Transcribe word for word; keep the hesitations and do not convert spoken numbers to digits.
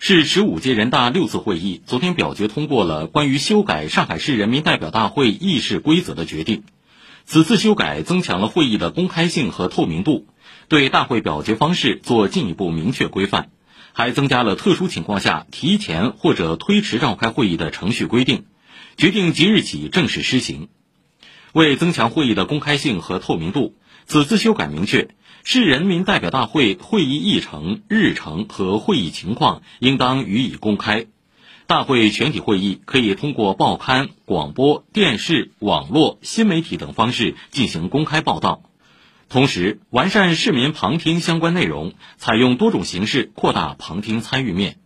市十五届人大六次会议昨天表决通过了关于修改上海市人民代表大会议事规则的决定。此次修改增强了会议的公开性和透明度，对大会表决方式做进一步明确规范，还增加了特殊情况下提前或者推迟召开会议的程序规定，决定即日起正式施行。为增强会议的公开性和透明度，此次修改明确，市人民代表大会会议议程、日程和会议情况应当予以公开。大会全体会议可以通过报刊、广播、电视、网络、新媒体等方式进行公开报道。同时，完善市民旁听相关内容，采用多种形式扩大旁听参与面。